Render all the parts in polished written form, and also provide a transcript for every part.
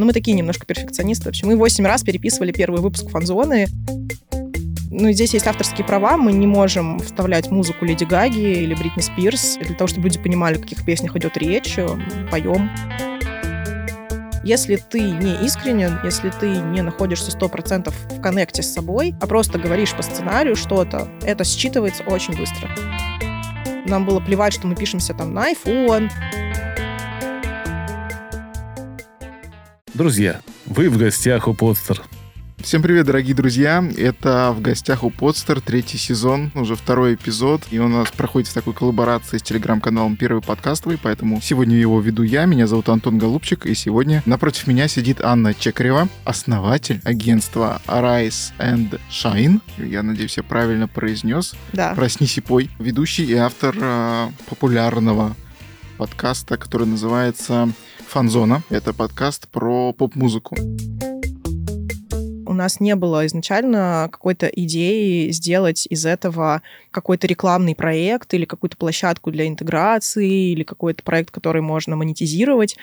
Ну, мы такие немножко перфекционисты. В общем, мы 8 раз переписывали первый выпуск «Фан-зоны». Ну, здесь есть авторские права, мы не можем вставлять музыку Леди Гаги или Бритни Спирс. Для того, чтобы люди понимали, о каких песнях идет речь, поем. Если ты не искренен, если ты не находишься 100% в коннекте с собой, а просто говоришь по сценарию что-то, это считывается очень быстро. Нам было плевать, что мы пишемся там на iPhone. Друзья, вы в гостях у Подстер. Всем привет, дорогие друзья! Это «В гостях у Подстер», 3-й сезон, уже 2-й эпизод, и у нас проходит в такой коллаборации с телеграм-каналом «Первый подкастовый», поэтому сегодня его веду я, меня зовут Антон Голубчик, и сегодня напротив меня сидит Анна Чекарева, основатель агентства Arise and Shine, я надеюсь, я правильно произнес, Да. «Проснись и пой», ведущий и автор популярного подкаста, который называется «Фан-зона». Это подкаст про поп-музыку. У нас не было изначально какой-то идеи сделать из этого какой-то рекламный проект или какую-то площадку для интеграции или какой-то проект, который можно монетизировать.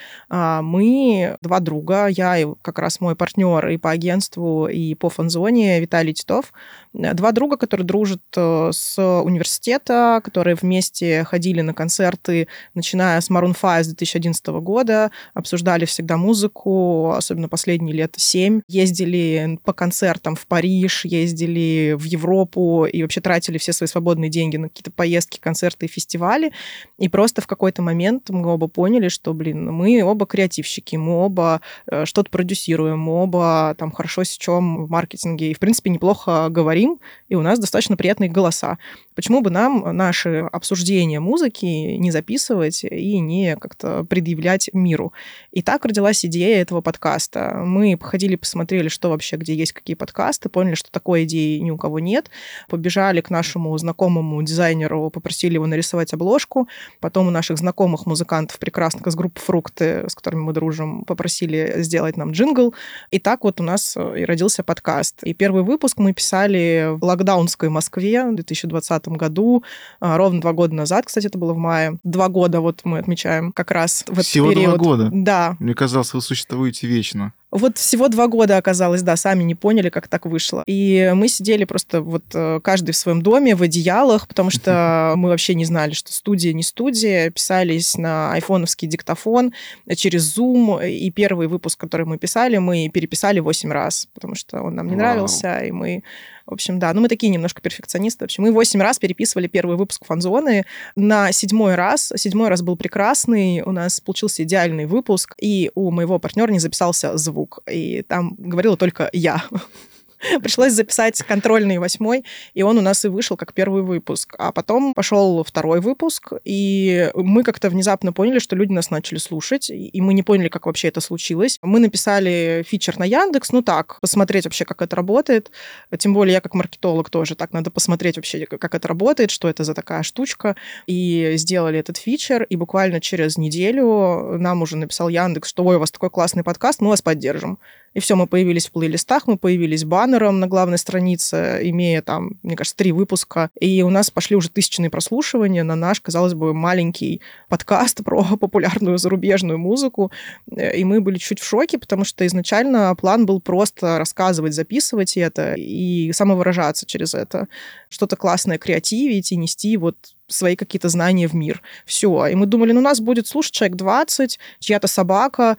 Мы два друга, я и как раз мой партнер и по агентству, и по фан-зоне Виталий Титов. Два друга, которые дружат с университета, которые вместе ходили на концерты, начиная с Maroon 5 с 2011 года, обсуждали всегда музыку, особенно последние лет 7, ездили по концертам в Париж, ездили в Европу и вообще тратили все свои свободные деньги на какие-то поездки, концерты и фестивали. И просто в какой-то момент мы оба поняли, что, мы оба креативщики, мы оба что-то продюсируем, мы оба там хорошо сечем в маркетинге и, в принципе, неплохо говорим, и у нас достаточно приятные голоса. Почему бы нам наши обсуждения музыки не записывать и не как-то предъявлять миру? И так родилась идея этого подкаста. Мы походили, посмотрели, что вообще, где есть какие подкасты, поняли, что такой идеи ни у кого нет. Побежали к нашему знакомому дизайнеру, попросили его нарисовать обложку. Потом у наших знакомых музыкантов прекрасных из группы «Фрукты», с которыми мы дружим, попросили сделать нам джингл. И так вот у нас и родился подкаст. И первый выпуск мы писали в локдаунской Москве в 2020 году, ровно 2 года назад, кстати, это было в мае. 2 года вот мы отмечаем как раз в этот Всего период. 2 года? Да. Мне казалось, вы существуете вечно. Вот всего 2 года оказалось, да, сами не поняли, как так вышло. И мы сидели просто вот каждый в своем доме, в одеялах, потому что мы вообще не знали, что студия не студия, писались на айфоновский диктофон через Zoom, и первый выпуск, который мы писали, мы переписали 8 раз, потому что он нам не нравился, и мы... В общем, да, мы такие немножко перфекционисты. В общем, мы 8 раз переписывали первый выпуск «Фан-зоны». На 7-й раз был прекрасный, у нас получился идеальный выпуск, и у моего партнера не записался звук, и там говорила только я. Пришлось записать контрольный 8-й, и он у нас и вышел как первый выпуск. А потом пошел 2-й выпуск, и мы как-то внезапно поняли, что люди нас начали слушать, и мы не поняли, как вообще это случилось. Мы написали фичер на Яндекс, посмотреть вообще, как это работает. Тем более я как маркетолог тоже, так надо посмотреть вообще, как это работает, что это за такая штучка. И сделали этот фичер, и буквально через неделю нам уже написал Яндекс, что ой, у вас такой классный подкаст, мы вас поддержим. И все, мы появились в плейлистах, мы появились баннером на главной странице, имея там, мне кажется, 3 выпуска. И у нас пошли уже 1000-е прослушивания на наш, казалось бы, маленький подкаст про популярную зарубежную музыку. И мы были чуть в шоке, потому что изначально план был просто рассказывать, записывать это и самовыражаться через это. Что-то классное креативить и нести вот свои какие-то знания в мир. Все. И мы думали, нас будет слушать человек 20, чья-то собака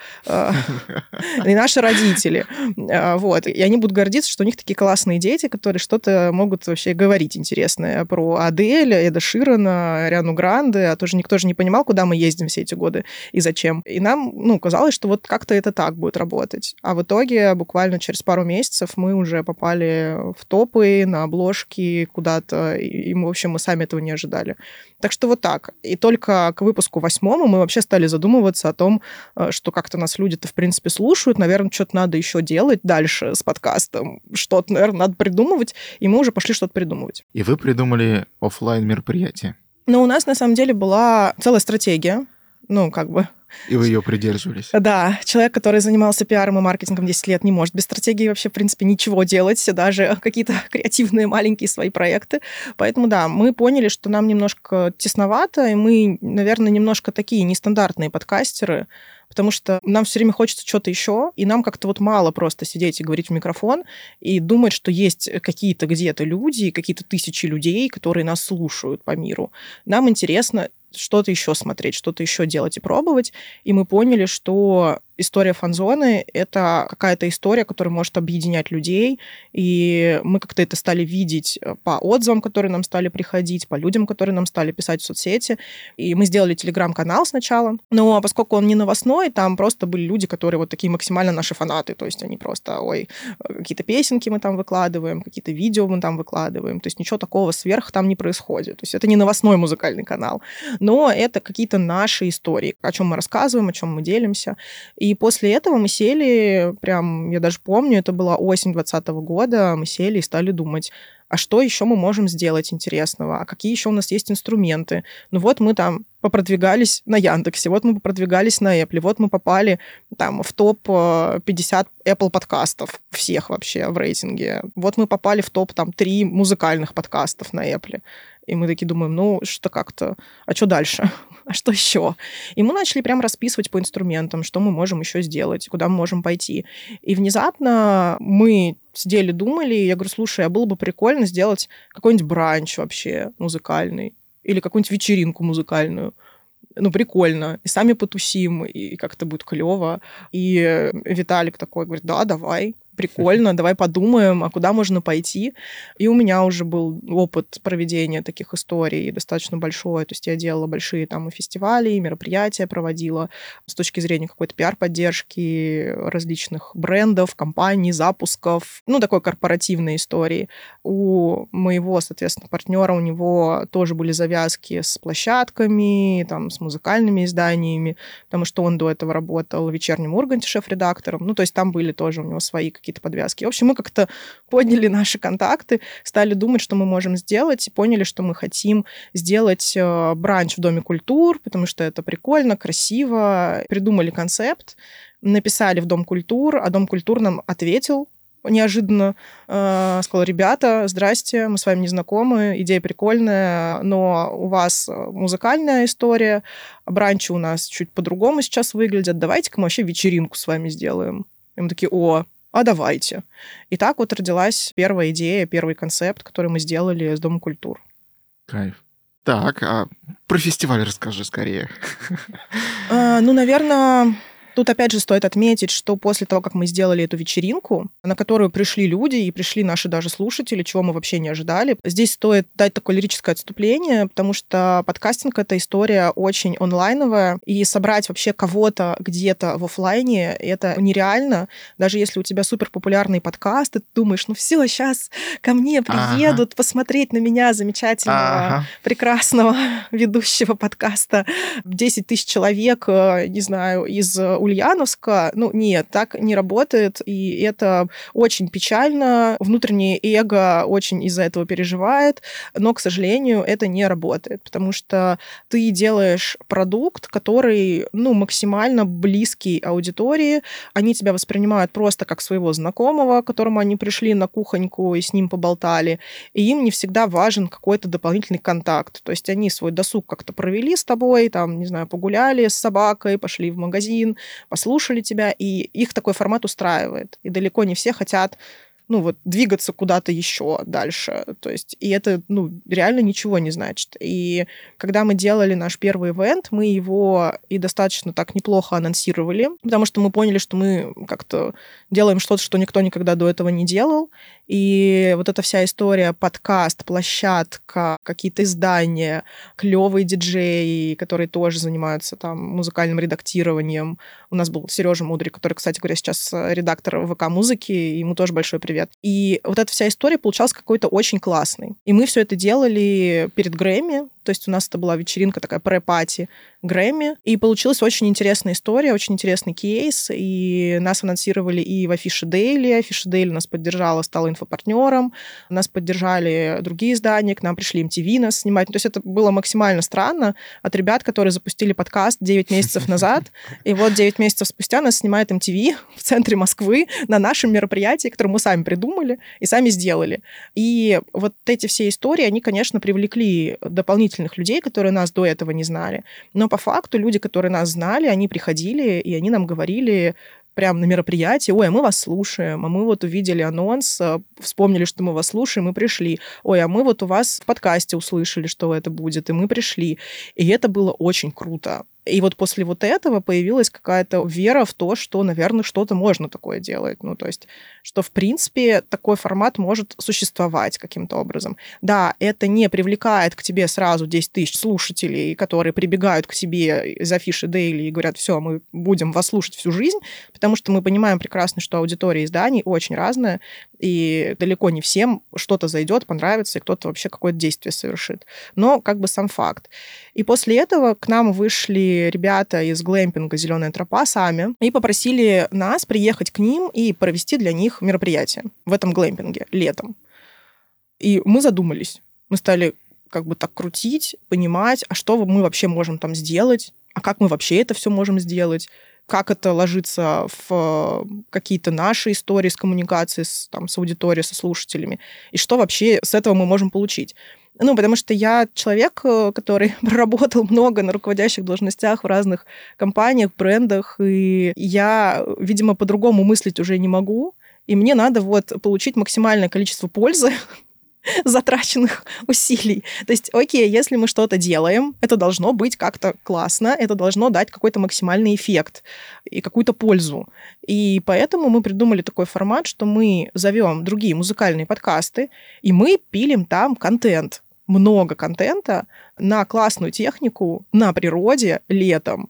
и наши родители. Вот. И они будут гордиться, что у них такие классные дети, которые что-то могут вообще говорить интересное про Адель, Эда Ширана, Ариану Гранде, а тоже никто же не понимал, куда мы ездим все эти годы и зачем. И нам, казалось, что вот как-то это так будет работать. А в итоге буквально через пару месяцев мы уже попали в топы, на обложки куда-то, и в общем, мы сами этого не ожидали. Так что вот так. И только к выпуску 8-му мы вообще стали задумываться о том, что как-то нас люди-то, в принципе, слушают. Наверное, что-то надо еще делать дальше с подкастом. Что-то, наверное, надо придумывать. И мы уже пошли что-то придумывать. И вы придумали офлайн мероприятие. Но у нас, на самом деле, была целая стратегия. И вы ее придерживались. Да, человек, который занимался пиаром и маркетингом 10 лет, не может без стратегии вообще, в принципе, ничего делать, даже какие-то креативные маленькие свои проекты. Поэтому, да, мы поняли, что нам немножко тесновато, и мы, наверное, немножко такие нестандартные подкастеры. потому что нам все время хочется что-то еще, и нам как-то вот мало просто сидеть и говорить в микрофон и думать, что есть какие-то где-то люди, какие-то тысячи людей, которые нас слушают по миру. Нам интересно что-то еще смотреть, что-то еще делать и пробовать. И мы поняли, что история фан-зоны — это какая-то история, которая может объединять людей. И мы как-то это стали видеть по отзывам, которые нам стали приходить, по людям, которые нам стали писать в соцсети. И мы сделали телеграм-канал сначала. Но поскольку он не новостной, там просто были люди, которые вот такие максимально наши фанаты. То есть они просто, какие-то песенки мы там выкладываем, какие-то видео мы там выкладываем. То есть ничего такого сверх там не происходит. То есть это не новостной музыкальный канал. Но это какие-то наши истории, о чем мы рассказываем, о чем мы делимся. И после этого мы сели, прям, я даже помню, это была осень 2020 года, мы сели и стали думать, а что еще мы можем сделать интересного, а какие еще у нас есть инструменты. Ну вот мы там попродвигались на Яндексе, вот мы попродвигались на Apple, вот мы попали там в топ-50 Apple подкастов, всех вообще в рейтинге. Вот мы попали в топ-3 музыкальных подкастов на Apple. И мы такие думаем, что как-то, а что дальше? А что еще? И мы начали прям расписывать по инструментам, что мы можем еще сделать, куда мы можем пойти. И внезапно мы сидели, думали, и я говорю, слушай, а было бы прикольно сделать какой-нибудь бранч вообще музыкальный или какую-нибудь вечеринку музыкальную. Прикольно. И сами потусим, и как-то будет клево. И Виталик такой говорит, да, давай. Прикольно, давай подумаем, а куда можно пойти. И у меня уже был опыт проведения таких историй достаточно большой. То есть я делала большие там и фестивали, и мероприятия проводила с точки зрения какой-то пиар-поддержки различных брендов, компаний, запусков. Такой корпоративной истории. У моего, соответственно, партнера, у него тоже были завязки с площадками, там, с музыкальными изданиями, потому что он до этого работал в «Вечернем Урганте» шеф-редактором. То есть там были тоже у него свои какие-то подвязки. В общем, мы как-то подняли наши контакты, стали думать, что мы можем сделать, и поняли, что мы хотим сделать бранч в Доме культур, потому что это прикольно, красиво. Придумали концепт, написали в Дом культур, а Дом культур нам ответил неожиданно, сказал, ребята, здрасте, мы с вами не знакомы, идея прикольная, но у вас музыкальная история, бранчи у нас чуть по-другому сейчас выглядят, давайте-ка мы вообще вечеринку с вами сделаем. И мы такие, а давайте. И так вот родилась первая идея, первый концепт, который мы сделали с Домом культур. Кайф. Так, а про фестиваль расскажи скорее. Наверное, тут опять же стоит отметить, что после того, как мы сделали эту вечеринку, на которую пришли люди и пришли наши даже слушатели, чего мы вообще не ожидали, здесь стоит дать такое лирическое отступление, потому что подкастинг — это история очень онлайновая, и собрать вообще кого-то где-то в офлайне — это нереально. Даже если у тебя суперпопулярный подкаст, ты думаешь, все, сейчас ко мне приедут посмотреть на меня, замечательного, прекрасного ведущего подкаста, 10 тысяч человек, не знаю, из Ульяновска. Нет, так не работает, и это очень печально. Внутреннее эго очень из-за этого переживает, но, к сожалению, это не работает, потому что ты делаешь продукт, который, максимально близкий аудитории, они тебя воспринимают просто как своего знакомого, к которому они пришли на кухоньку и с ним поболтали, и им не всегда важен какой-то дополнительный контакт. То есть они свой досуг как-то провели с тобой, там, не знаю, погуляли с собакой, пошли в магазин, послушали тебя, и их такой формат ивает. И далеко не все хотят двигаться куда-то еще дальше. То есть, и это, реально ничего не значит. И когда мы делали наш первый ивент, мы его и достаточно так неплохо анонсировали, потому что мы поняли, что мы как-то делаем что-то, что никто никогда до этого не делал. И вот эта вся история, подкаст, площадка, какие-то издания, клевые диджеи, которые тоже занимаются там музыкальным редактированием. У нас был Сережа Мудрый, который, кстати говоря, сейчас редактор ВК-музыки, ему тоже большой привет. И вот эта вся история получалась какой-то очень классной. И мы все это делали перед Грэмми, то есть у нас это была вечеринка такая пре-пати Грэмми, и получилась очень интересная история, очень интересный кейс, и нас анонсировали и в Афише Дейли. Афиша Дейли нас поддержала, стала инфопартнером, нас поддержали другие издания, к нам пришли MTV нас снимать. То есть это было максимально странно от ребят, которые запустили подкаст 9 месяцев назад, и вот 9 месяцев спустя нас снимает MTV в центре Москвы на нашем мероприятии, которое мы сами придумали и сами сделали. И вот эти все истории, они, конечно, привлекли дополнительное замечательных людей, которые нас до этого не знали. Но по факту люди, которые нас знали, они приходили, и они нам говорили прямо на мероприятии: ой, а мы вас слушаем, а мы вот увидели анонс, вспомнили, что мы вас слушаем, и пришли. Ой, а мы вот у вас в подкасте услышали, что это будет, и мы пришли. И это было очень круто. И вот после вот этого появилась какая-то вера в то, что, наверное, что-то можно такое делать. Ну, то есть, что, в принципе, такой формат может существовать каким-то образом. Да, это не привлекает к тебе сразу 10 тысяч слушателей, которые прибегают к тебе из афиши Daily и говорят: все, мы будем вас слушать всю жизнь, потому что мы понимаем прекрасно, что аудитория изданий очень разная, и далеко не всем что-то зайдет, понравится, и кто-то вообще какое-то действие совершит. Но как бы сам факт. И после этого к нам вышли ребята из глэмпинга «Зеленая тропа» сами и попросили нас приехать к ним и провести для них мероприятие в этом глэмпинге летом. И мы задумались. Мы стали как бы так крутить, понимать, а что мы вообще можем там сделать, а как мы вообще это все можем сделать, как это ложится в какие-то наши истории с коммуникацией с аудиторией, со слушателями, и что вообще с этого мы можем получить. Ну, потому что я человек, который проработал много на руководящих должностях в разных компаниях, брендах, и я, видимо, по-другому мыслить уже не могу, и мне надо вот получить максимальное количество пользы затраченных усилий. То есть, окей, если мы что-то делаем, это должно быть как-то классно, это должно дать какой-то максимальный эффект и какую-то пользу. И поэтому мы придумали такой формат, что мы зовем другие музыкальные подкасты, и мы пилим там контент. Много контента на классную технику, на природе, летом.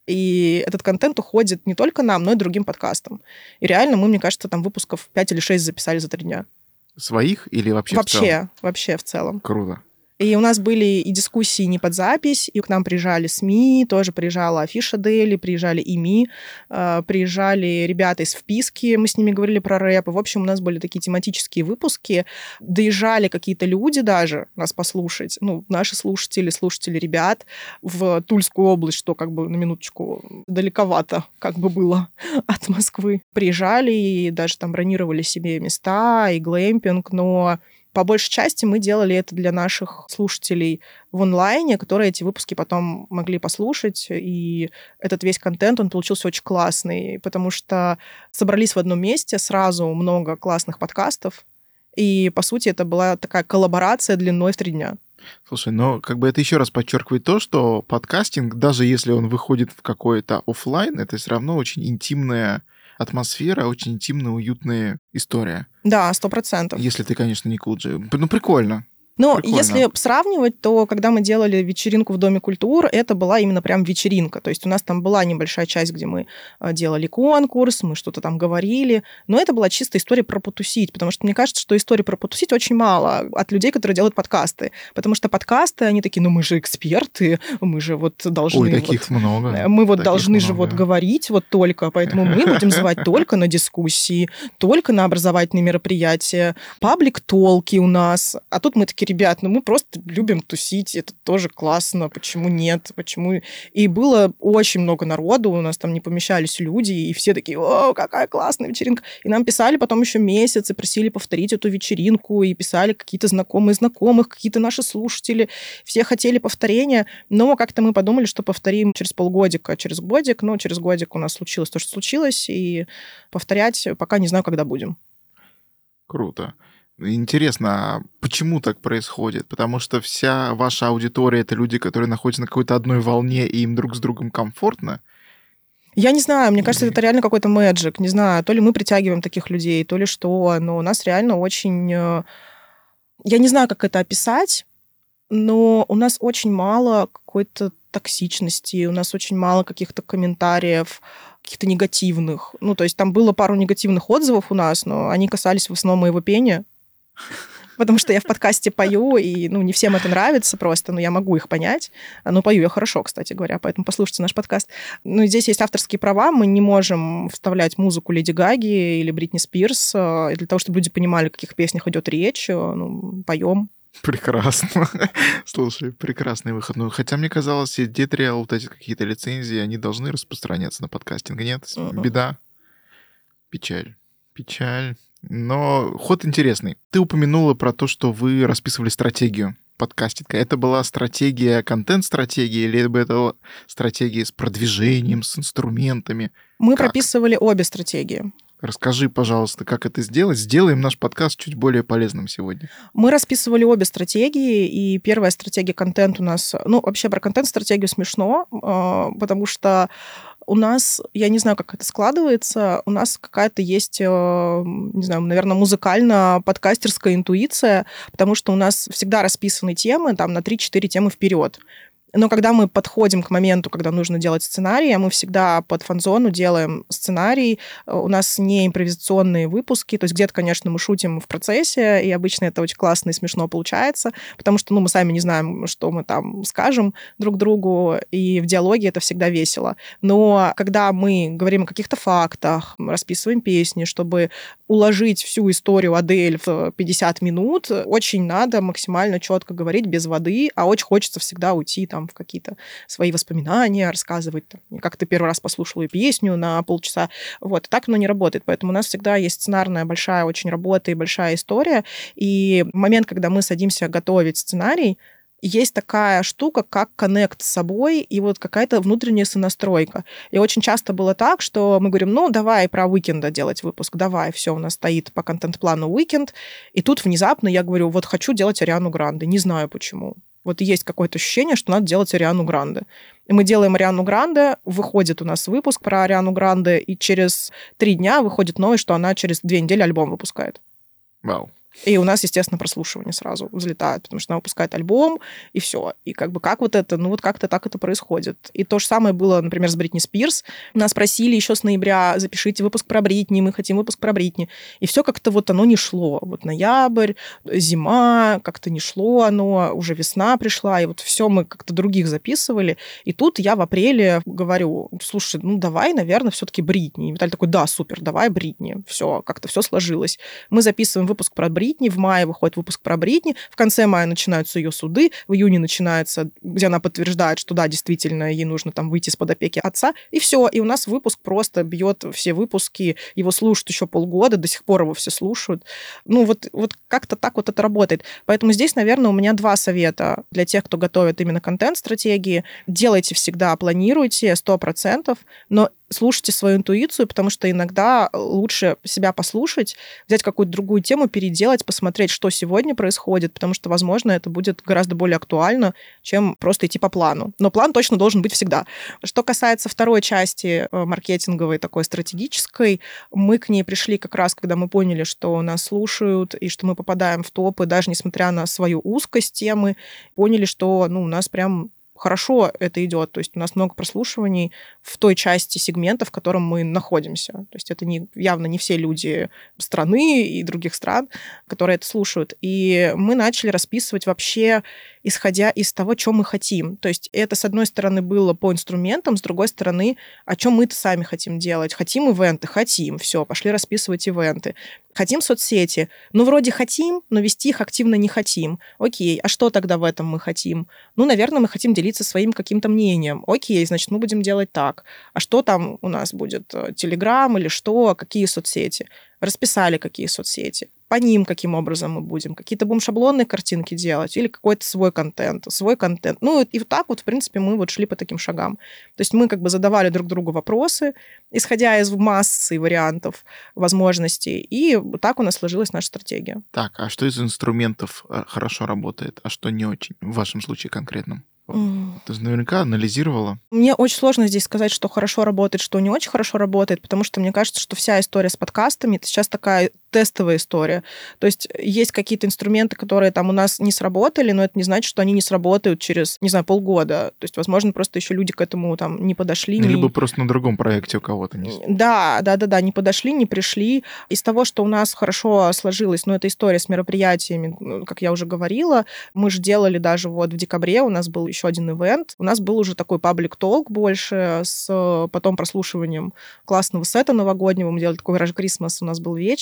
И этот контент уходит не только нам, но и другим подкастам. И реально мы, мне кажется, там выпусков 5 или 6 записали за 3 дня. Своих или вообще в целом? Вообще в целом. Круто. И у нас были и дискуссии не под запись, и к нам приезжали СМИ, тоже приезжала Афиша Daily, приезжали ИМИ, приезжали ребята из «Вписки», мы с ними говорили про рэп. И, в общем, у нас были такие тематические выпуски. Доезжали какие-то люди даже нас послушать, ну, наши слушатели ребят в Тульскую область, что как бы на минуточку далековато как бы было от Москвы. Приезжали и даже там бронировали себе места и глэмпинг, но по большей части мы делали это для наших слушателей в онлайне, которые эти выпуски потом могли послушать, и этот весь контент, он получился очень классный, потому что собрались в одном месте сразу много классных подкастов, и, по сути, это была такая коллаборация длиной в 3 дня. Слушай, но как бы это еще раз подчеркивает то, что подкастинг, даже если он выходит в какой-то офлайн, это все равно очень интимная атмосфера, очень интимная, уютная история. Да, 100%. Если ты, конечно, не Куджи. Ну, прикольно. Но Прикольно. если сравнивать, то когда мы делали вечеринку в Доме культур, это была именно прям вечеринка. То есть у нас там была небольшая часть, где мы делали конкурс, мы что-то там говорили, но это была чисто история про потусить, потому что мне кажется, что истории про потусить очень мало от людей, которые делают подкасты. Потому что подкасты, они такие: ну мы же эксперты, мы же вот должны... Ой, таких вот, много. Мы вот таких должны много. же вот говорить вот только, поэтому мы будем звать только на дискуссии, только на образовательные мероприятия, паблик-толки у нас. А тут мы такие: ребят, ну мы просто любим тусить, это тоже классно, почему нет, почему... И было очень много народу, у нас там не помещались люди, и все такие: о, какая классная вечеринка. И нам писали потом еще месяц, и просили повторить эту вечеринку, и писали какие-то знакомые знакомых, какие-то наши слушатели, все хотели повторения, но как-то мы подумали, что повторим через полгодика, через годик, но через годик у нас случилось то, что случилось, и повторять пока не знаю, когда будем. Круто. Интересно, а почему так происходит? Потому что вся ваша аудитория — это люди, которые находятся на какой-то одной волне, и им друг с другом комфортно? Я не знаю, мне кажется, это реально какой-то мэджик. Не знаю, то ли мы притягиваем таких людей, то ли что, но у нас реально очень... Я не знаю, как это описать, но у нас очень мало какой-то токсичности, у нас очень мало каких-то комментариев, каких-то негативных. Ну, то есть там было пару негативных отзывов у нас, но они касались в основном моего пения. Потому что я в подкасте пою, и не всем это нравится просто, но я могу их понять. Но пою я хорошо, кстати говоря, поэтому послушайте наш подкаст. Здесь есть авторские права, мы не можем вставлять музыку Леди Гаги или Бритни Спирс. И для того, чтобы люди понимали, о каких песнях идет речь, поем. Прекрасно. Слушай, прекрасный выход. Хотя мне казалось, Детрия, вот эти какие-то лицензии, они должны распространяться на подкастинг. Нет? Беда. Печаль. Но ход интересный. Ты упомянула про то, что вы расписывали стратегию подкастинга? Это была стратегия, контент-стратегия, или это была стратегия с продвижением, с инструментами? Мы Как? прописывали обе стратегии. Расскажи, пожалуйста, как это сделать. Сделаем наш подкаст чуть более полезным сегодня. Мы расписывали обе стратегии, и первая стратегия контент у нас... Ну, вообще про контент-стратегию смешно, потому что у нас, я не знаю, как это складывается, у нас какая-то есть, не знаю, наверное, музыкально-подкастерская интуиция, потому что у нас всегда расписаны темы там на 3-4 темы вперед. Но когда мы подходим к моменту, когда нужно делать сценарий, мы всегда под фан-зону делаем сценарий. У нас не импровизационные выпуски. То есть где-то, конечно, мы шутим в процессе, и обычно это очень классно и смешно получается, потому что мы сами не знаем, что мы там скажем друг другу, и в диалоге это всегда весело. Но когда мы говорим о каких-то фактах, расписываем песни, чтобы уложить всю историю Адель в 50 минут, очень надо максимально четко говорить, без воды, а очень хочется всегда уйти там в какие-то свои воспоминания, рассказывать, там, как ты первый раз послушала ее песню на полчаса. Вот. Так оно не работает. Поэтому у нас всегда есть сценарная большая очень работа и большая история. И в момент, когда мы садимся готовить сценарий, есть такая штука, как коннект с собой и вот какая-то внутренняя сонастройка. И очень часто было так, что мы говорим, ну, давай про Уикенда делать выпуск, давай, все, у нас стоит по контент-плану Уикенд. И тут внезапно я говорю, вот хочу делать Ариану Гранде, не знаю почему. Вот есть какое-то ощущение, что надо делать Ариану Гранде. И мы делаем Ариану Гранде, выходит у нас выпуск про Ариану Гранде, и через 3 дня выходит новость, что она через 2 недели альбом выпускает. Вау. И у нас, естественно, прослушивание сразу взлетает, потому что она выпускает альбом, и все. И как бы как вот это, ну вот как-то так это происходит. И то же самое было, например, с Бритни Спирс. Нас просили еще с ноября, запишите выпуск про Бритни, мы хотим выпуск про Бритни. И все как-то вот оно не шло. Вот ноябрь, зима, как-то не шло оно, уже весна пришла, и вот все мы как-то других записывали. И тут я в апреле говорю, слушай, ну давай, наверное, все-таки Бритни. И Виталий такой, да, супер, давай Бритни. Все, как-то все сложилось. Мы записываем выпуск про Бритни, в мае выходит выпуск про Бритни, в конце мая начинаются ее суды, в июне начинается, где она подтверждает, что да, действительно, ей нужно там выйти из-под опеки отца, и все, и у нас выпуск просто бьет все выпуски, его слушают еще полгода, до сих пор его все слушают. Ну вот как-то так вот это работает. Поэтому здесь, наверное, у меня 2 совета для тех, кто готовит именно контент-стратегии. Делайте всегда, планируйте 100%, но слушайте свою интуицию, потому что иногда лучше себя послушать, взять какую-то другую тему, переделать, посмотреть, что сегодня происходит, потому что, возможно, это будет гораздо более актуально, чем просто идти по плану. Но план точно должен быть всегда. Что касается второй части маркетинговой, такой стратегической, мы к ней пришли как раз, когда мы поняли, что нас слушают и что мы попадаем в топы, даже несмотря на свою узкость темы, поняли, что у нас прям хорошо это идет, то есть у нас много прослушиваний в той части сегмента, в котором мы находимся. То есть это явно не все люди страны и других стран, которые это слушают. И мы начали расписывать вообще, исходя из того, что мы хотим. То есть это, с одной стороны, было по инструментам, с другой стороны, о чем мы-то сами хотим делать. Хотим ивенты? Хотим. Все, пошли расписывать ивенты. Хотим соцсети? Ну, вроде хотим, но вести их активно не хотим. Окей, а что тогда в этом мы хотим? Ну, наверное, мы хотим делиться своим каким-то мнением. Окей, значит, мы будем делать так. А что там у нас будет? Телеграм или что? Какие соцсети? Расписали, какие соцсети. По ним каким образом мы будем. Какие-то будем шаблонные картинки делать или какой-то свой контент. Ну, и вот так вот, в принципе, мы вот шли по таким шагам. То есть мы как бы задавали друг другу вопросы, исходя из массы вариантов, возможностей, и вот так у нас сложилась наша стратегия. Так, а что из инструментов хорошо работает, а что не очень, в вашем случае конкретном? Ты же наверняка анализировала. Мне очень сложно здесь сказать, что хорошо работает, что не очень хорошо работает, потому что мне кажется, что вся история с подкастами — это сейчас такая тестовая история. То есть есть какие-то инструменты, которые там у нас не сработали, но это не значит, что они не сработают через, не знаю, полгода. То есть, возможно, просто еще люди к этому там не подошли. Либо просто на другом проекте у кого-то не... Да, не подошли, не пришли. Из того, что у нас хорошо сложилось, это история с мероприятиями, как я уже говорила. Мы же делали даже вот в декабре, у нас был еще один ивент. У нас был уже такой паблик-толк больше с потом прослушиванием классного сета новогоднего. Мы делали такой Rush Christmas, у нас был вечер.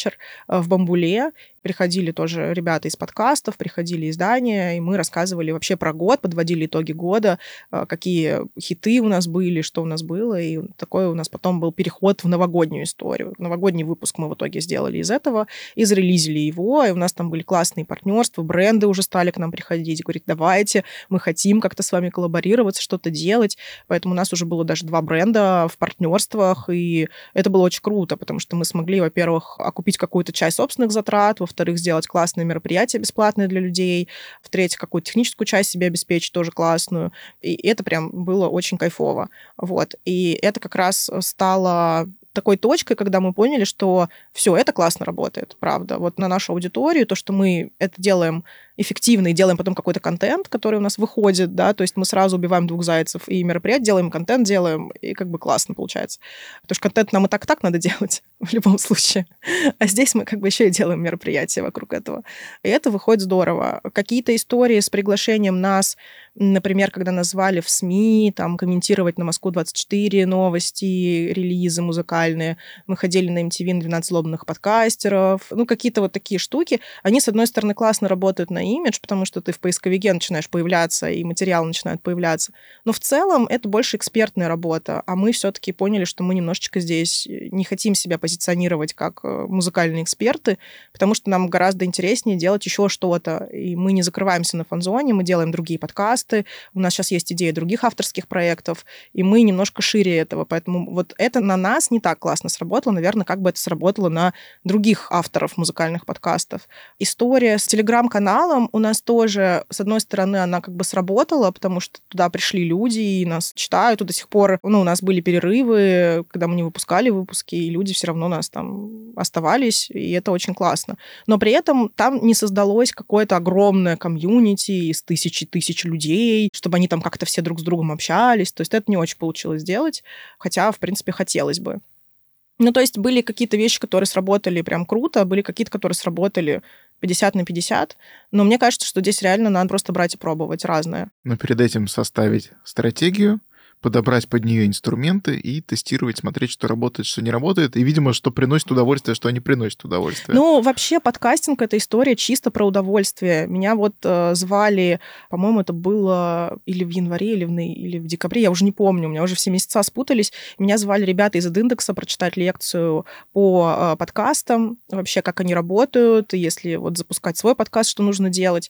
в Бамбуле. Приходили тоже ребята из подкастов, приходили издания, и мы рассказывали вообще про год, подводили итоги года, какие хиты у нас были, что у нас было. И такой у нас потом был переход в новогоднюю историю. Новогодний выпуск мы в итоге сделали из этого, и зарелизили его, и у нас там были классные партнерства, бренды уже стали к нам приходить, говорить, давайте, мы хотим как-то с вами коллаборироваться, что-то делать. Поэтому у нас уже было даже 2 бренда в партнерствах, и это было очень круто, потому что мы смогли, во-первых, окупить какую-то часть собственных затрат, во-вторых, сделать классные мероприятия бесплатные для людей, в-третьих, какую-то техническую часть себе обеспечить тоже классную. И это прям было очень кайфово. Вот. И это как раз стало такой точкой, когда мы поняли, что все, это классно работает, правда. Вот на нашу аудиторию, то, что мы это делаем эффективно и делаем потом какой-то контент, который у нас выходит, да, то есть мы сразу убиваем 2 зайцев, и мероприятие делаем, контент делаем, и как бы классно получается. Потому что контент нам и так надо делать в любом случае. А здесь мы как бы еще и делаем мероприятия вокруг этого. И это выходит здорово. Какие-то истории с приглашением нас, например, когда нас звали в СМИ, там, комментировать на Москву-24 новости, релизы музыкальные, мы ходили на MTV на 12 злобных подкастеров, ну, какие-то вот такие штуки, они, с одной стороны, классно работают на имидж, потому что ты в поисковике начинаешь появляться, и материалы начинают появляться. Но в целом это больше экспертная работа, а мы все-таки поняли, что мы немножечко здесь не хотим себя позиционировать как музыкальные эксперты, потому что нам гораздо интереснее делать еще что-то, и мы не закрываемся на фан-зоне, мы делаем другие подкасты, у нас сейчас есть идеи других авторских проектов, и мы немножко шире этого, поэтому вот это на нас не так классно сработало, наверное, как бы это сработало на других авторов музыкальных подкастов. История с телеграм-каналом у нас тоже, с одной стороны, она как бы сработала, потому что туда пришли люди и нас читают, и до сих пор, ну, у нас были перерывы, когда мы не выпускали выпуски, и люди все равно у нас там оставались, и это очень классно. Но при этом там не создалось какое-то огромное комьюнити из тысяч людей, чтобы они там как-то все друг с другом общались, то есть это не очень получилось сделать, хотя, в принципе, хотелось бы. Ну, то есть были какие-то вещи, которые сработали прям круто, были какие-то, которые сработали 50 на 50, но мне кажется, что здесь реально надо просто брать и пробовать разное. Но перед этим составить стратегию, подобрать под нее инструменты и тестировать, смотреть, что работает, что не работает, и, видимо, что приносит удовольствие, что не приносит удовольствие. Ну, вообще, подкастинг — это история чисто про удовольствие. Меня вот звали, по-моему, это было или в январе, или в декабре, я уже не помню, у меня уже все месяца спутались. Меня звали ребята из Индекса прочитать лекцию по подкастам, вообще, как они работают, если вот запускать свой подкаст, что нужно делать.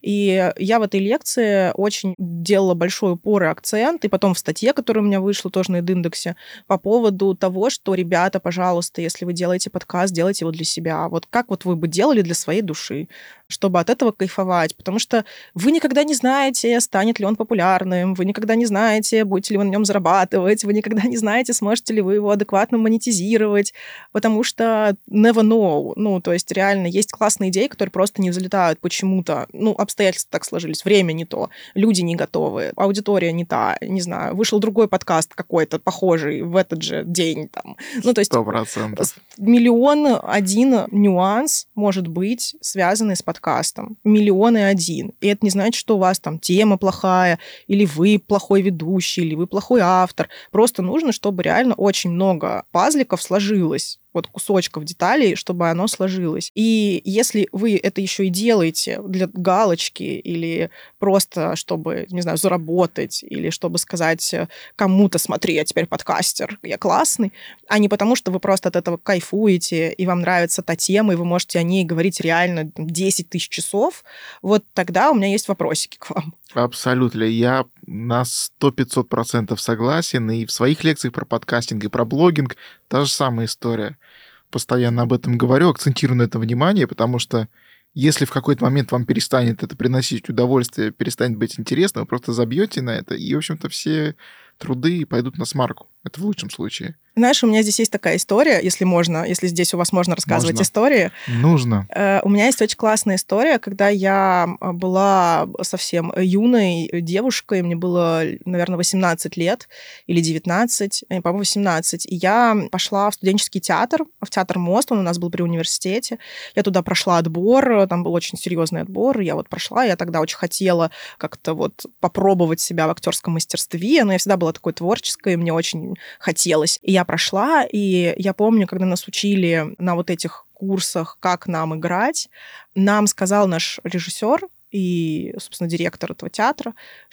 И я в этой лекции очень делала большой упор и акцент, и потом в статье, которая у меня вышла тоже на Индексе, по поводу того, что, ребята, пожалуйста, если вы делаете подкаст, делайте его для себя. Вот как вот вы бы делали для своей души, чтобы от этого кайфовать. Потому что вы никогда не знаете, станет ли он популярным, вы никогда не знаете, будете ли вы на нем зарабатывать, вы никогда не знаете, сможете ли вы его адекватно монетизировать, потому что never know. Ну, то есть реально есть классные идеи, которые просто не взлетают почему-то. Ну, обстоятельства так сложились, время не то, люди не готовы, аудитория не та, не знаю, вышел другой подкаст какой-то похожий в этот же день. Там. Ну, то есть 100%. 1,000,001 нюанс может быть связанный с подкастом. 1,000,001. И это не значит, что у вас там тема плохая, или вы плохой ведущий, или вы плохой автор. Просто нужно, чтобы реально очень много пазликов сложилось, вот кусочков деталей, чтобы оно сложилось. И если вы это еще и делаете для галочки или просто, чтобы, не знаю, заработать, или чтобы сказать кому-то, смотри, я теперь подкастер, я классный, а не потому, что вы просто от этого кайфуете, и вам нравится та тема, и вы можете о ней говорить реально 10 тысяч часов, вот тогда у меня есть вопросики к вам. Абсолютно. Я на 100-500% согласен. И в своих лекциях про подкастинг и про блогинг та же самая история. Постоянно об этом говорю, акцентирую на это внимание, потому что если в какой-то момент вам перестанет это приносить удовольствие, перестанет быть интересно, вы просто забьете на это, и, в общем-то, все труды пойдут на смарку. Это в лучшем случае. Знаешь, у меня здесь есть такая история, если можно, если здесь у вас можно рассказывать истории. Нужно. У меня есть очень классная история, когда я была совсем юной девушкой, мне было, наверное, 18 лет или 19, по-моему, 18, и я пошла в студенческий театр, в театр Мост, он у нас был при университете. Я туда прошла отбор, там был очень серьезный отбор, я вот прошла, я тогда очень хотела как-то вот попробовать себя в актерском мастерстве, но я всегда была такой творческой, и мне очень хотелось. И я прошла, и я помню, когда нас учили на вот этих курсах, как нам играть, нам сказал наш режиссер и, собственно, директор этого театра,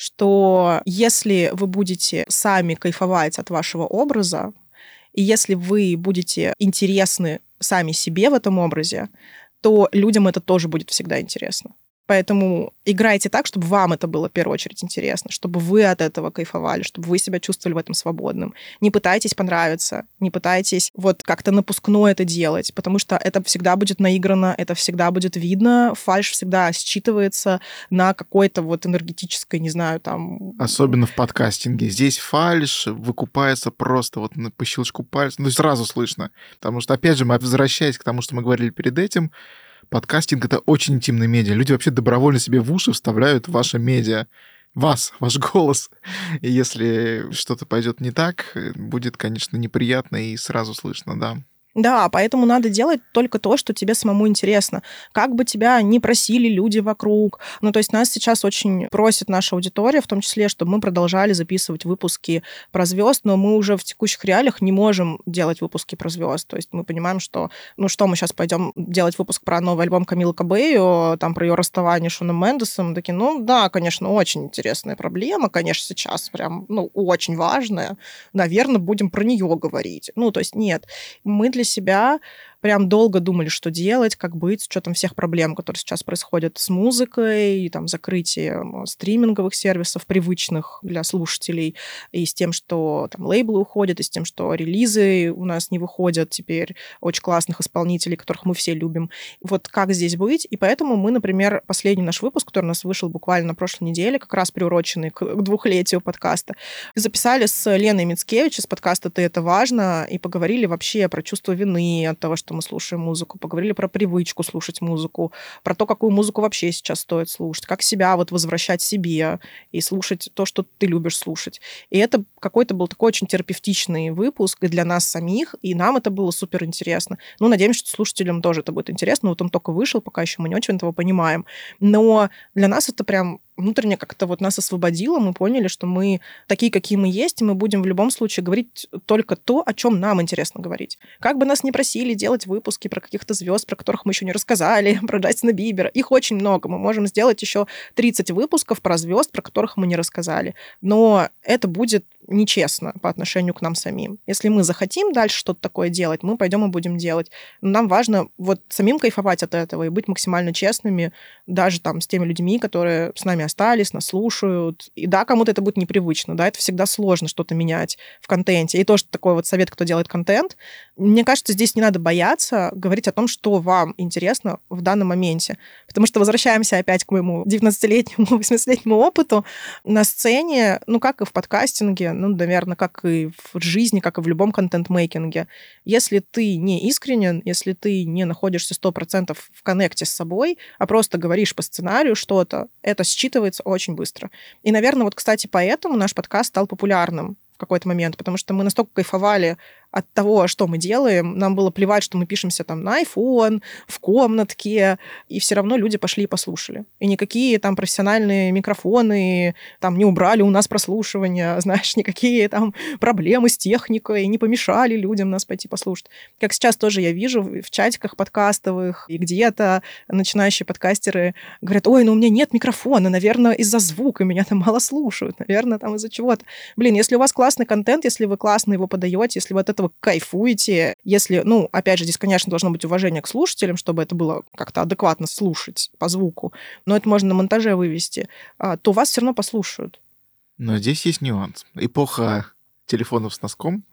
что если вы будете сами кайфовать от вашего образа, и если вы будете интересны сами себе в этом образе, то людям это тоже будет всегда интересно. Поэтому играйте так, чтобы вам это было в первую очередь интересно, чтобы вы от этого кайфовали, чтобы вы себя чувствовали в этом свободным. Не пытайтесь понравиться, не пытайтесь вот как-то напускно это делать, потому что это всегда будет наиграно, это всегда будет видно, фальшь всегда считывается на какой-то вот энергетической, не знаю, там... Особенно в подкастинге. Здесь фальшь выкупается просто вот по щелчку пальца, ну, сразу слышно. Потому что, опять же, мы возвращаясь к тому, что мы говорили перед этим, подкастинг — это очень интимное медиа. Люди вообще добровольно себе в уши вставляют ваше медиа, ваш голос. И если что-то пойдет не так, будет, конечно, неприятно и сразу слышно, да. Да, поэтому надо делать только то, что тебе самому интересно. Как бы тебя ни просили люди вокруг. Ну, то есть нас сейчас очень просит наша аудитория, в том числе, чтобы мы продолжали записывать выпуски про звезд, но мы уже в текущих реалиях не можем делать выпуски про звезд. То есть мы понимаем, что, ну что, мы сейчас пойдем делать выпуск про новый альбом Камилы Кабелло, там про ее расставание с Шоном Мендесом. Мы такие, ну да, конечно, очень интересная проблема, конечно, сейчас прям, ну, очень важная. Наверное, будем про нее говорить. Ну, то есть нет. Мы для себя прям долго думали, что делать, как быть, с учетом всех проблем, которые сейчас происходят с музыкой, и там закрытие стриминговых сервисов, привычных для слушателей, и с тем, что там лейблы уходят, и с тем, что релизы у нас не выходят теперь очень классных исполнителей, которых мы все любим. Вот как здесь быть? И поэтому мы, например, последний наш выпуск, который у нас вышел буквально на прошлой неделе, как раз приуроченный к 2-летию подкаста, записали с Леной Мицкевич из подкаста «Ты — это важно», и поговорили вообще про чувство вины от того, что мы слушаем музыку, поговорили про привычку слушать музыку, про то, какую музыку вообще сейчас стоит слушать, как себя вот возвращать себе и слушать то, что ты любишь слушать. И это какой-то был такой очень терапевтичный выпуск и для нас самих, и нам это было супер интересно. Ну, надеемся, что слушателям тоже это будет интересно. Вот он только вышел, пока еще мы не очень этого понимаем. Но для нас это прям внутренне как-то вот нас освободило, мы поняли, что мы такие, какие мы есть, и мы будем в любом случае говорить только то, о чем нам интересно говорить. Как бы нас ни просили делать выпуски про каких-то звезд, про которых мы еще не рассказали, про Джастина Бибера, их очень много. Мы можем сделать еще 30 выпусков про звезд, про которых мы не рассказали. Но это будет нечестно по отношению к нам самим. Если мы захотим дальше что-то такое делать, мы пойдем и будем делать. Но нам важно вот самим кайфовать от этого и быть максимально честными даже там с теми людьми, которые с нами остались, нас слушают. И да, кому-то это будет непривычно, да, это всегда сложно что-то менять в контенте. И тоже такой вот совет, кто делает контент. Мне кажется, здесь не надо бояться говорить о том, что вам интересно в данном моменте. Потому что возвращаемся опять к моему 19-летнему, 18-летнему опыту на сцене, ну, как и в подкастинге, ну, наверное, как и в жизни, как и в любом контент-мейкинге. Если ты не искренен, если ты не находишься 100% в коннекте с собой, а просто говоришь по сценарию что-то, это считывается очень быстро. И, наверное, вот, кстати, поэтому наш подкаст стал популярным в какой-то момент, потому что мы настолько кайфовали от того, что мы делаем. Нам было плевать, что мы пишемся там на iPhone, в комнатке, и все равно люди пошли и послушали. И никакие там профессиональные микрофоны там не убрали у нас прослушивание, знаешь, никакие там проблемы с техникой не помешали людям нас пойти послушать. Как сейчас тоже я вижу в чатиках подкастовых, и где-то начинающие подкастеры говорят, ой, ну у меня нет микрофона, наверное, из-за звука меня там мало слушают, наверное, там из-за чего-то. Блин, если у вас классный контент, если вы классно его подаете, если вы от этого кайфуете, если, ну, опять же, здесь, конечно, должно быть уважение к слушателям, чтобы это было как-то адекватно слушать по звуку, но это можно на монтаже вывести, то вас все равно послушают. Но здесь есть нюанс. Эпоха телефонов с носком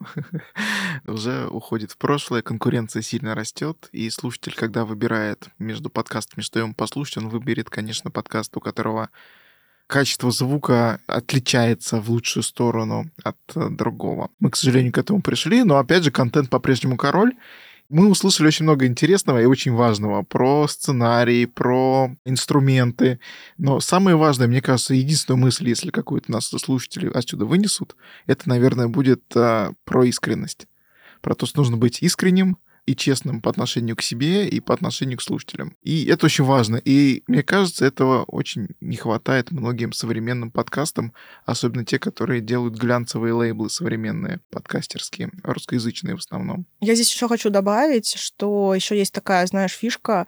уже уходит в прошлое, конкуренция сильно растет, и слушатель, когда выбирает между подкастами, что ему послушать, он выберет, конечно, подкаст, у которого качество звука отличается в лучшую сторону от другого. Мы, к сожалению, к этому пришли, но, опять же, контент по-прежнему король. Мы услышали очень много интересного и очень важного про сценарий, про инструменты. Но самое важное, мне кажется, единственная мысль, если какую-то нас слушатели отсюда вынесут, это, наверное, будет про искренность. Про то, что нужно быть искренним и честным по отношению к себе, и по отношению к слушателям. И это очень важно. И мне кажется, этого очень не хватает многим современным подкастам, особенно те, которые делают глянцевые лейблы современные, подкастерские, русскоязычные в основном. Я здесь еще хочу добавить, что еще есть такая, знаешь, фишка,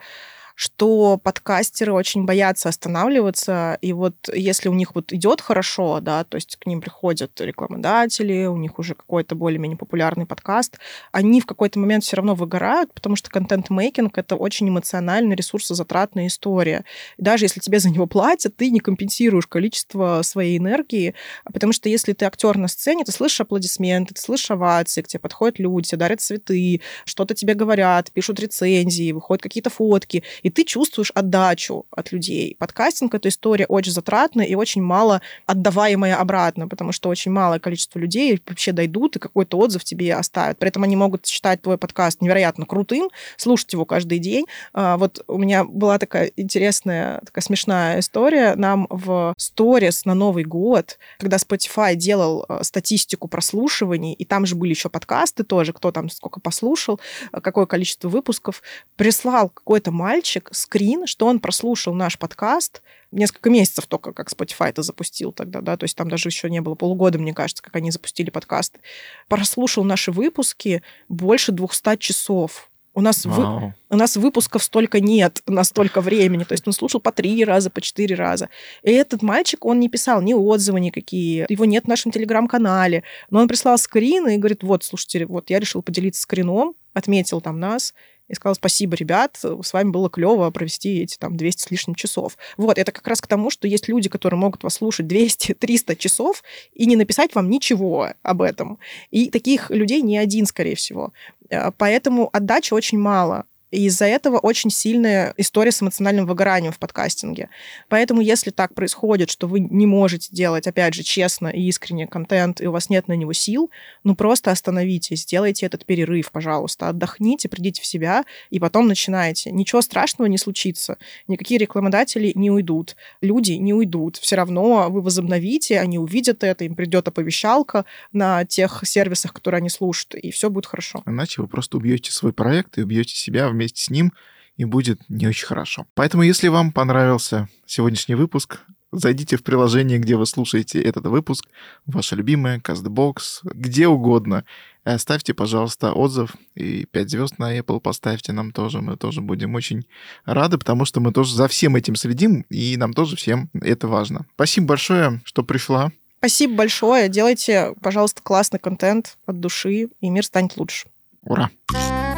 что подкастеры очень боятся останавливаться, и вот если у них вот идет хорошо, да, то есть к ним приходят рекламодатели, у них уже какой-то более-менее популярный подкаст, они в какой-то момент все равно выгорают, потому что контент-мейкинг — это очень эмоциональная, ресурсозатратная история. И даже если тебе за него платят, ты не компенсируешь количество своей энергии, потому что если ты актер на сцене, ты слышишь аплодисменты, ты слышишь овации, к тебе подходят люди, тебе дарят цветы, что-то тебе говорят, пишут рецензии, выходят какие-то фотки, и ты чувствуешь отдачу от людей. Подкастинг — это история очень затратная и очень мало отдаваемая обратно, потому что очень малое количество людей вообще дойдут и какой-то отзыв тебе оставят. При этом они могут считать твой подкаст невероятно крутым, слушать его каждый день. Вот у меня была такая интересная, такая смешная история. Нам в сторис на Новый год, когда Spotify делал статистику прослушиваний, и там же были еще подкасты тоже, кто там сколько послушал, какое количество выпусков, прислал какой-то мальчик скрин, что он прослушал наш подкаст несколько месяцев только, как Spotify это запустил тогда, да, то есть там даже еще не было полугода, мне кажется, как они запустили подкаст. Прослушал наши выпуски больше 200 часов. У нас выпусков столько нет на столько времени. То есть он слушал по 3 раза, по 4 раза. И этот мальчик, он не писал ни отзывы никакие, его нет в нашем телеграм-канале, но он прислал скрины и говорит, вот, слушайте, вот я решил поделиться скрином, отметил там нас, и сказал, спасибо, ребят, с вами было клево провести эти там 200 с лишним часов. Вот, это как раз к тому, что есть люди, которые могут вас слушать 200-300 часов и не написать вам ничего об этом. И таких людей не один, скорее всего. Поэтому отдачи очень мало. И из-за этого очень сильная история с эмоциональным выгоранием в подкастинге. Поэтому если так происходит, что вы не можете делать, опять же, честно и искренне контент, и у вас нет на него сил, ну просто остановитесь, сделайте этот перерыв, пожалуйста, отдохните, придите в себя, и потом начинайте. Ничего страшного не случится, никакие рекламодатели не уйдут, люди не уйдут. Все равно вы возобновите, они увидят это, им придет оповещалка на тех сервисах, которые они слушают, и все будет хорошо. Иначе вы просто убьете свой проект и убьете себя вместе с ним, и будет не очень хорошо. Поэтому, если вам понравился сегодняшний выпуск, зайдите в приложение, где вы слушаете этот выпуск, ваше любимое, CastBox, где угодно. Ставьте, пожалуйста, отзыв и 5 звезд на Apple поставьте нам тоже. Мы тоже будем очень рады, потому что мы тоже за всем этим следим, и нам тоже всем это важно. Спасибо большое, что пришла. Спасибо большое. Делайте, пожалуйста, классный контент от души, и мир станет лучше. Ура!